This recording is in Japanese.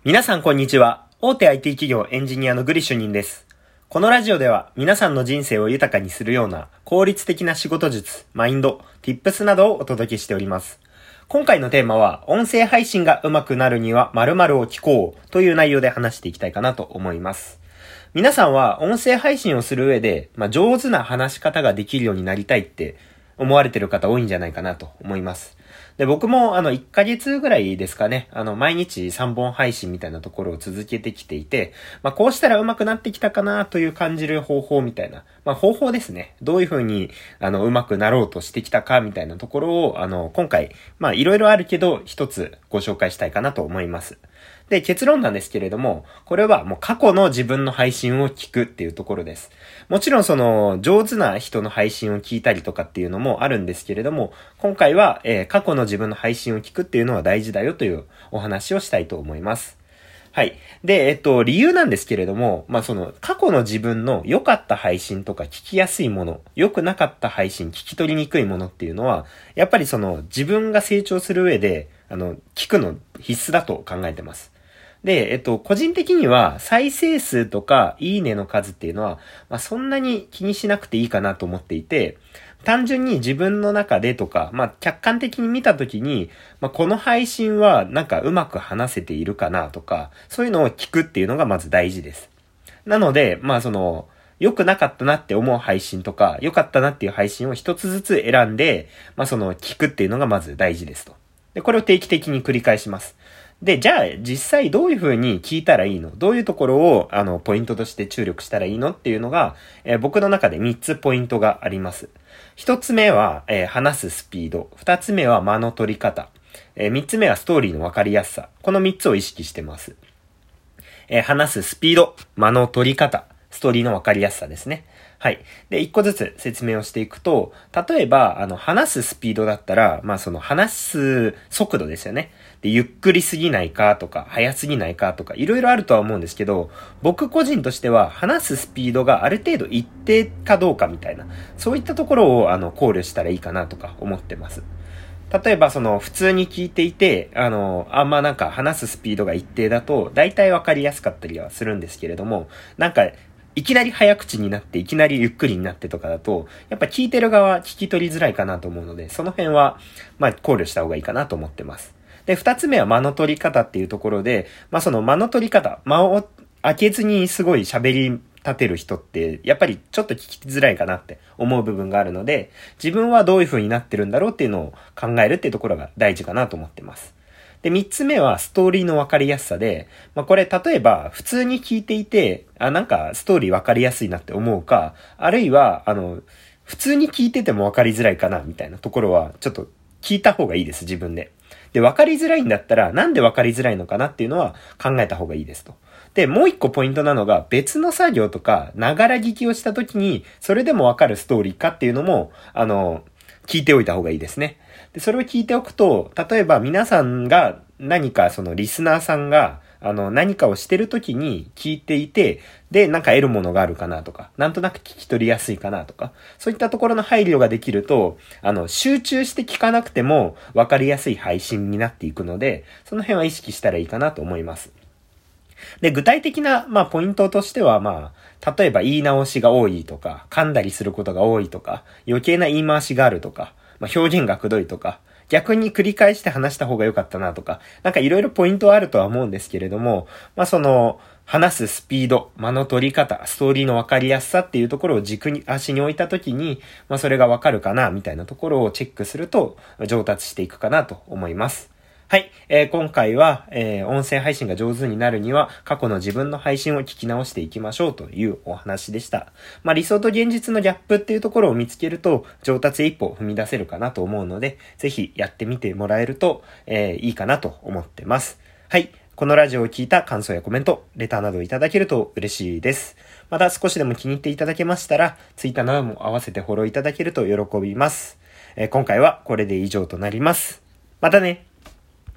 皆さんこんにちは。大手 IT 企業エンジニアのグリ主任です。このラジオでは皆さんの人生を豊かにするような効率的な仕事術、マインド、Tips などをお届けしております。今回のテーマは音声配信が上手くなるには〇〇を聞こうという内容で話していきたいかなと思います。皆さんは音声配信をする上で、上手な話し方ができるようになりたいって思われてる方多いんじゃないかなと思います。で、僕も1ヶ月ぐらいですかね、毎日3本配信みたいなところを続けてきていて、こうしたら上手くなってきたかなという感じる方法みたいな、方法ですね。どういう風に、上手くなろうとしてきたかみたいなところを、今回、いろいろあるけど、一つご紹介したいかなと思います。で、結論なんですけれども、これはもう過去の自分の配信を聞くっていうところです。もちろん上手な人の配信を聞いたりとかっていうのもあるんですけれども、今回は、過去の自分の配信を聞くっていうのは大事だよというお話をしたいと思います。はい。で、理由なんですけれども、過去の自分の良かった配信とか聞きやすいもの、良くなかった配信、聞き取りにくいものっていうのは、やっぱり自分が成長する上で、聞くの必須だと考えてます。で、個人的には再生数とかいいねの数っていうのは、そんなに気にしなくていいかなと思っていて、単純に自分の中でとか、客観的に見たときに、この配信はなんかうまく話せているかなとか、そういうのを聞くっていうのがまず大事です。なので、良くなかったなって思う配信とか、良かったなっていう配信を一つずつ選んで、聞くっていうのがまず大事ですと。で、これを定期的に繰り返します。で、じゃあ実際どういう風に聞いたらいいの？どういうところをポイントとして注力したらいいのっていうのが、僕の中で3つポイントがあります。1つ目は、話すスピード。2つ目は間の取り方。3つ目はストーリーの分かりやすさ。この3つを意識してます。話すスピード、間の取り方、ストーリーの分かりやすさですね。はい。で、一個ずつ説明をしていくと、例えば、話すスピードだったら、話す速度ですよね。で、ゆっくりすぎないかとか、速すぎないかとか、いろいろあるとは思うんですけど、僕個人としては、話すスピードがある程度一定かどうかみたいな、そういったところを、考慮したらいいかなとか思ってます。例えば普通に聞いていて、話すスピードが一定だと、大体わかりやすかったりはするんですけれども、いきなり早口になって、いきなりゆっくりになってとかだと、やっぱ聞いてる側聞き取りづらいかなと思うので、その辺は、考慮した方がいいかなと思ってます。で、二つ目は間の取り方っていうところで、間の取り方、間を開けずにすごい喋り立てる人って、やっぱりちょっと聞きづらいかなって思う部分があるので、自分はどういう風になってるんだろうっていうのを考えるっていうところが大事かなと思ってます。で、三つ目はストーリーの分かりやすさで、これ例えば普通に聞いていて、ストーリー分かりやすいなって思うか、あるいは、普通に聞いてても分かりづらいかなみたいなところは、ちょっと聞いた方がいいです、自分で。で、分かりづらいんだったら、なんで分かりづらいのかなっていうのは考えた方がいいですと。で、もう一個ポイントなのが、別の作業とか、ながら聞きをしたときに、それでも分かるストーリーかっていうのも、聞いておいた方がいいですね。で、それを聞いておくと、例えば皆さんが何かリスナーさんが、何かをしてるときに聞いていて、で、得るものがあるかなとか、なんとなく聞き取りやすいかなとか、そういったところの配慮ができると、集中して聞かなくても分かりやすい配信になっていくので、その辺は意識したらいいかなと思います。で、具体的な、ポイントとしては、例えば言い直しが多いとか、噛んだりすることが多いとか、余計な言い回しがあるとか、表現がくどいとか、逆に繰り返して話した方が良かったなとか、いろいろポイントはあるとは思うんですけれども、話すスピード、間の取り方、ストーリーの分かりやすさっていうところを軸に足に置いたときに、それが分かるかなみたいなところをチェックすると上達していくかなと思います。はい、今回は、音声配信が上手になるには過去の自分の配信を聞き直していきましょうというお話でした。理想と現実のギャップっていうところを見つけると上達へ一歩踏み出せるかなと思うので、ぜひやってみてもらえると、いいかなと思ってます。はい。このラジオを聞いた感想やコメント、レターなどいただけると嬉しいです。また少しでも気に入っていただけましたら、ツイッターなども合わせてフォローいただけると喜びます。今回はこれで以上となります。またね。